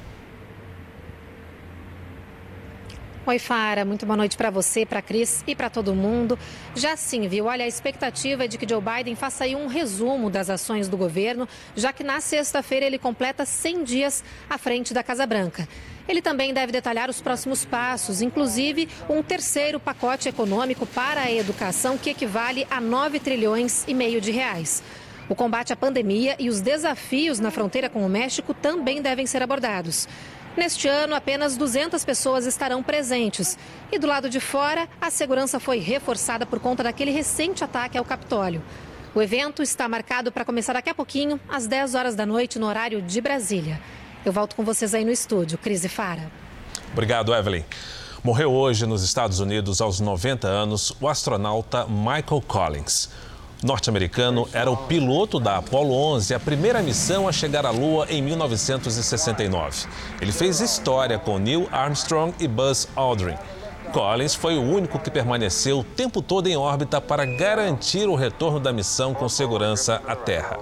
Oi, Fara. Muito boa noite para você, para a Cris e para todo mundo. Já sim, viu? Olha, a expectativa é de que Joe Biden faça aí um resumo das ações do governo, já que na sexta-feira ele completa 100 dias à frente da Casa Branca. Ele também deve detalhar os próximos passos, inclusive um terceiro pacote econômico para a educação que equivale a 9 trilhões e meio de reais. O combate à pandemia e os desafios na fronteira com o México também devem ser abordados. Neste ano, apenas 200 pessoas estarão presentes. E do lado de fora, a segurança foi reforçada por conta daquele recente ataque ao Capitólio. O evento está marcado para começar daqui a pouquinho, às 10 horas da noite, no horário de Brasília. Eu volto com vocês aí no estúdio. Cris e Fara. Obrigado, Evelyn. Morreu hoje nos Estados Unidos, aos 90 anos, o astronauta Michael Collins. Norte-americano, era o piloto da Apollo 11, a primeira missão a chegar à Lua em 1969. Ele fez história com Neil Armstrong e Buzz Aldrin. Collins foi o único que permaneceu o tempo todo em órbita para garantir o retorno da missão com segurança à Terra.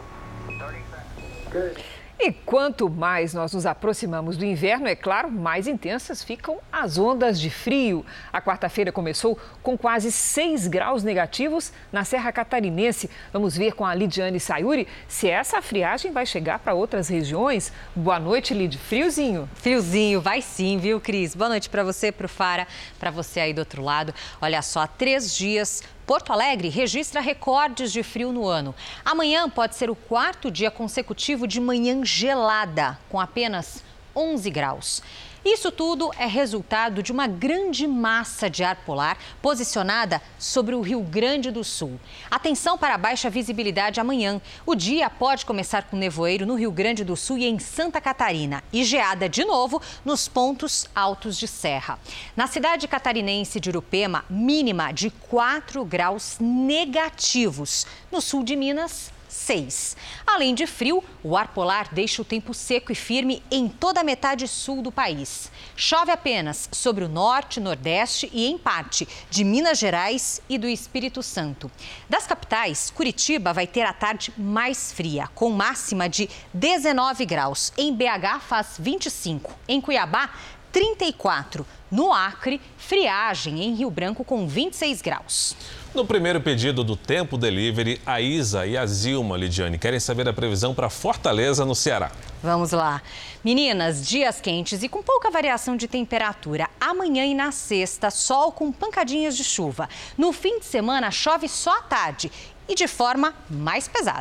E quanto mais nós nos aproximamos do inverno, é claro, mais intensas ficam as ondas de frio. A quarta-feira começou com quase 6 graus negativos na Serra Catarinense. Vamos ver com a Lidiane Sayuri se essa friagem vai chegar para outras regiões. Boa noite, Lid. Friozinho. Friozinho, vai sim, viu, Cris? Boa noite para você, para o Fara, para você aí do outro lado. Olha só, 3 dias... Porto Alegre registra recordes de frio no ano. Amanhã pode ser o 4º dia consecutivo de manhã gelada, com apenas 11 graus. Isso tudo é resultado de uma grande massa de ar polar posicionada sobre o Rio Grande do Sul. Atenção para a baixa visibilidade amanhã. O dia pode começar com nevoeiro no Rio Grande do Sul e em Santa Catarina e geada de novo nos pontos altos de serra. Na cidade catarinense de Urupema, mínima de 4 graus negativos. No sul de Minas, 6. Além de frio, o ar polar deixa o tempo seco e firme em toda a metade sul do país. Chove apenas sobre o norte, nordeste e, em parte, de Minas Gerais e do Espírito Santo. Das capitais, Curitiba vai ter a tarde mais fria, com máxima de 19 graus. Em BH faz 25. Em Cuiabá, 34. No Acre, friagem em Rio Branco com 26 graus. No primeiro pedido do Tempo Delivery, a Isa e a Zilma, Lidiane, querem saber a previsão para Fortaleza, no Ceará. Vamos lá. Meninas, dias quentes e com pouca variação de temperatura. Amanhã e na sexta, sol com pancadinhas de chuva. No fim de semana, chove só à tarde e de forma mais pesada.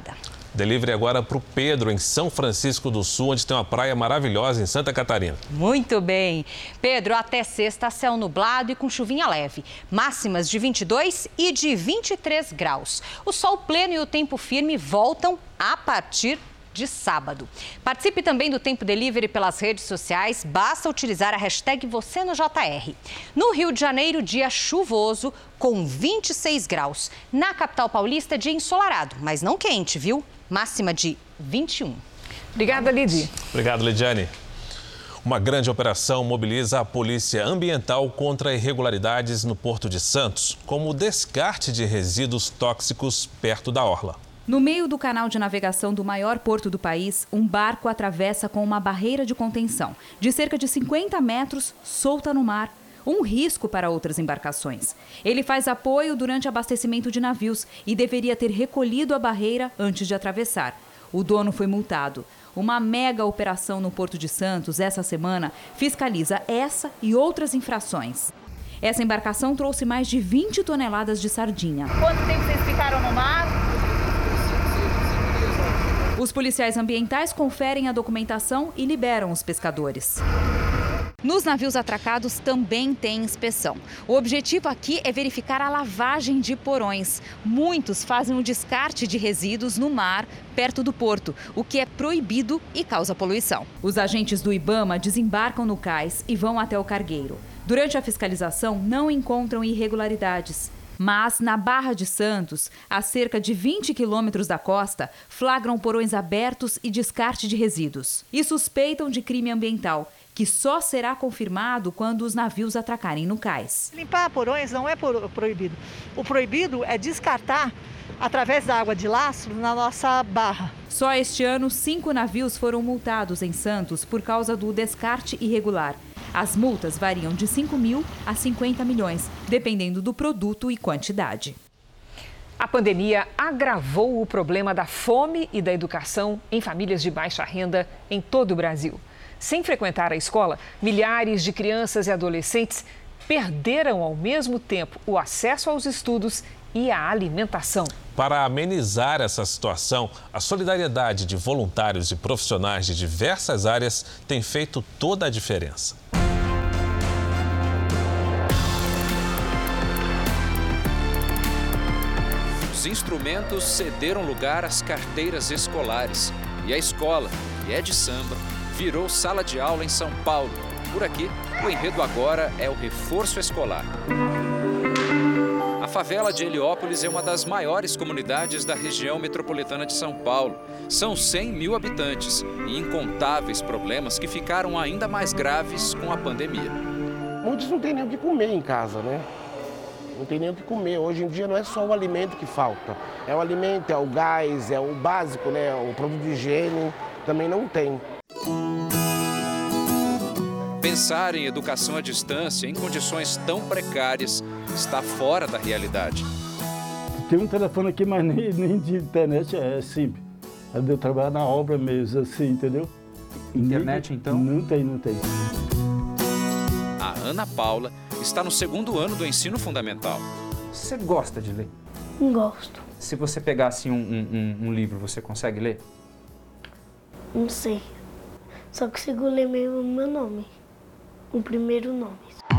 Delivery agora para o Pedro, em São Francisco do Sul, onde tem uma praia maravilhosa em Santa Catarina. Muito bem. Pedro, até sexta, céu nublado e com chuvinha leve. Máximas de 22 e de 23 graus. O sol pleno e o tempo firme voltam a partir de sábado. Participe também do Tempo Delivery pelas redes sociais. Basta utilizar a hashtag #VocêNoJR. No Rio de Janeiro, dia chuvoso com 26 graus. Na capital paulista, dia ensolarado, mas não quente, viu? Máxima de 21. Obrigada, Lidy. Obrigado, Lidiane. Uma grande operação mobiliza a Polícia Ambiental contra irregularidades no Porto de Santos, como o descarte de resíduos tóxicos perto da orla. No meio do canal de navegação do maior porto do país, um barco atravessa com uma barreira de contenção de cerca de 50 metros solta no mar. Um risco para outras embarcações. Ele faz apoio durante abastecimento de navios e deveria ter recolhido a barreira antes de atravessar. O dono foi multado. Uma mega operação no Porto de Santos, essa semana, fiscaliza essa e outras infrações. Essa embarcação trouxe mais de 20 toneladas de sardinha. Quanto tempo vocês ficaram no mar? Os policiais ambientais conferem a documentação e liberam os pescadores. Nos navios atracados também tem inspeção. O objetivo aqui é verificar a lavagem de porões. Muitos fazem o descarte de resíduos no mar, perto do porto, o que é proibido e causa poluição. Os agentes do IBAMA desembarcam no cais e vão até o cargueiro. Durante a fiscalização, não encontram irregularidades. Mas, na Barra de Santos, a cerca de 20 quilômetros da costa, flagram porões abertos e descarte de resíduos. E suspeitam de crime ambiental, que só será confirmado quando os navios atracarem no cais. Limpar porões não é proibido. O proibido é descartar através da água de lastro na nossa barra. Só este ano, 5 navios foram multados em Santos por causa do descarte irregular. As multas variam de 5 mil a 50 milhões, dependendo do produto e quantidade. A pandemia agravou o problema da fome e da educação em famílias de baixa renda em todo o Brasil. Sem frequentar a escola, milhares de crianças e adolescentes perderam ao mesmo tempo o acesso aos estudos e à alimentação. Para amenizar essa situação, a solidariedade de voluntários e profissionais de diversas áreas tem feito toda a diferença. Os instrumentos cederam lugar às carteiras escolares. E a escola, que é de samba, virou sala de aula em São Paulo. Por aqui, o enredo agora é o reforço escolar. A favela de Heliópolis é uma das maiores comunidades da região metropolitana de São Paulo. São 100 mil habitantes e incontáveis problemas que ficaram ainda mais graves com a pandemia. Muitos não têm nem o que comer em casa, né? Não tem nem o que comer. Hoje em dia não é só o alimento que falta. É o alimento, é o gás, é o básico, né? O produto de higiene também não tem. Pensar em educação à distância em condições tão precárias está fora da realidade. Tem um telefone aqui, mas nem de internet, é simples. Eu devo trabalhar na obra mesmo, assim, entendeu? Internet, então? Não tem. A Ana Paula está no 2º ano do ensino fundamental. Você gosta de ler? Gosto. Se você pegasse um livro, você consegue ler? Não sei. Só consigo ler mesmo o meu nome. O primeiro nome.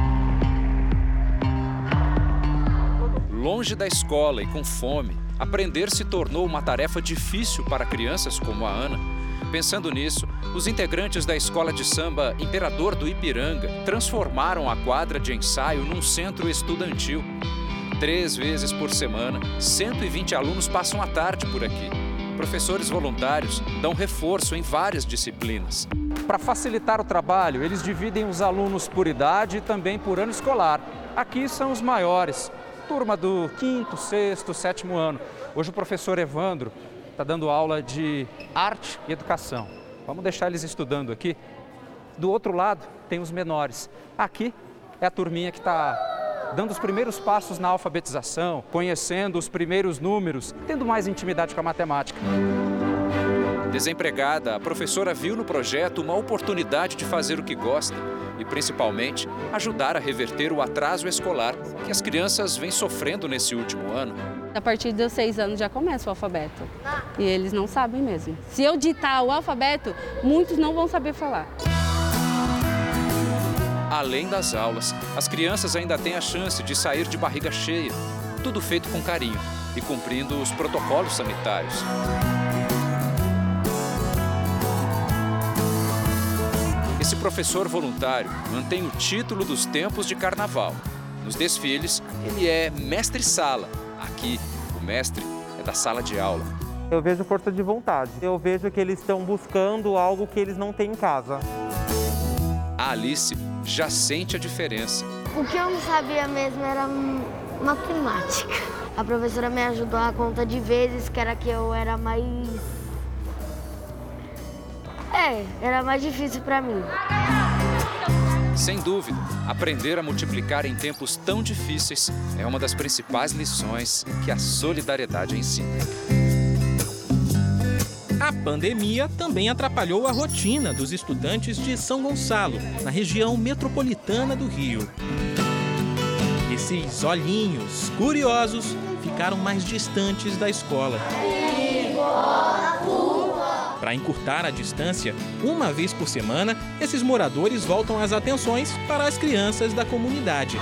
Longe da escola e com fome, aprender se tornou uma tarefa difícil para crianças como a Ana. Pensando nisso, os integrantes da escola de samba Imperador do Ipiranga transformaram a quadra de ensaio num centro estudantil. 3 vezes por semana, 120 alunos passam a tarde por aqui. Professores voluntários dão reforço em várias disciplinas. Para facilitar o trabalho, eles dividem os alunos por idade e também por ano escolar. Aqui são os maiores, turma do 5º, 6º, 7º ano. Hoje o professor Evandro está dando aula de arte e educação. Vamos deixar eles estudando aqui. Do outro lado tem os menores. Aqui é a turminha que está dando os primeiros passos na alfabetização, conhecendo os primeiros números, tendo mais intimidade com a matemática. Desempregada, a professora viu no projeto uma oportunidade de fazer o que gosta e, principalmente, ajudar a reverter o atraso escolar que as crianças vêm sofrendo nesse último ano. A partir dos 6 anos já começa o alfabeto. E eles não sabem mesmo. Se eu ditar o alfabeto, muitos não vão saber falar. Além das aulas, as crianças ainda têm a chance de sair de barriga cheia. Tudo feito com carinho e cumprindo os protocolos sanitários. Esse professor voluntário mantém o título dos tempos de carnaval. Nos desfiles, ele é mestre-sala. Aqui, o mestre é da sala de aula. Eu vejo força de vontade. Eu vejo que eles estão buscando algo que eles não têm em casa. A Alice já sente a diferença. O que eu não sabia mesmo era matemática. A professora me ajudou a conta de vezes, que era que eu era mais... era mais difícil para mim. Sem dúvida, aprender a multiplicar em tempos tão difíceis é uma das principais lições que a solidariedade ensina. A pandemia também atrapalhou a rotina dos estudantes de São Gonçalo, na região metropolitana do Rio. Esses olhinhos curiosos ficaram mais distantes da escola. Para encurtar a distância, uma vez por semana, esses moradores voltam as atenções para as crianças da comunidade.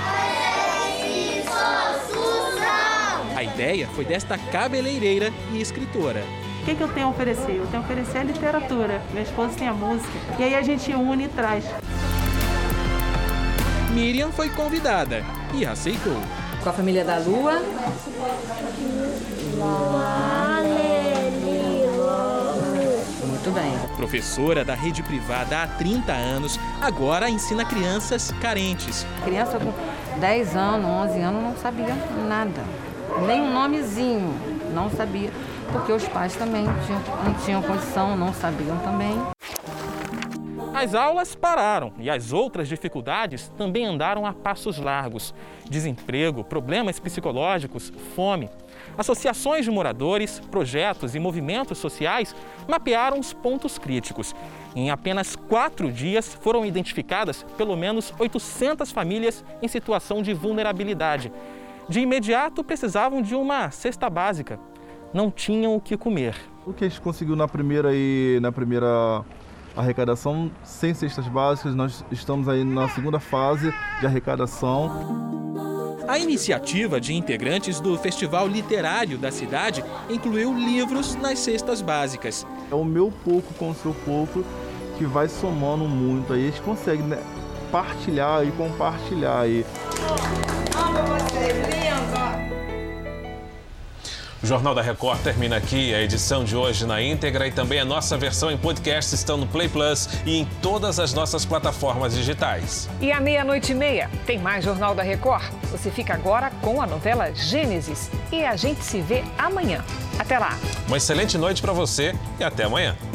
A ideia foi desta cabeleireira e escritora. O que eu tenho a oferecer? Eu tenho a oferecer a literatura. Meu esposo tem a música. E aí a gente une e traz. Miriam foi convidada e aceitou. Com a família da Lua. Muito bem. Professora da rede privada há 30 anos, agora ensina crianças carentes. Criança com 10 anos, 11 anos não sabia nada. Nem um nomezinho, não sabia. Porque os pais também não tinham condição, não sabiam também. As aulas pararam e as outras dificuldades também andaram a passos largos. Desemprego, problemas psicológicos, fome. Associações de moradores, projetos e movimentos sociais mapearam os pontos críticos. Em apenas 4 dias foram identificadas pelo menos 800 famílias em situação de vulnerabilidade. De imediato precisavam de uma cesta básica. Não tinham o que comer. O que a gente conseguiu na primeira arrecadação, sem cestas básicas, nós estamos aí na segunda fase de arrecadação. A iniciativa de integrantes do Festival Literário da cidade incluiu livros nas cestas básicas. É o meu pouco com o seu pouco que vai somando muito. Aí a gente consegue, né, partilhar e compartilhar. Amo vocês, lindo! O Jornal da Record termina aqui. A edição de hoje na íntegra e também a nossa versão em podcast estão no Play Plus e em todas as nossas plataformas digitais. E à 00:30 tem mais Jornal da Record. Você fica agora com a novela Gênesis. E a gente se vê amanhã. Até lá. Uma excelente noite para você e até amanhã.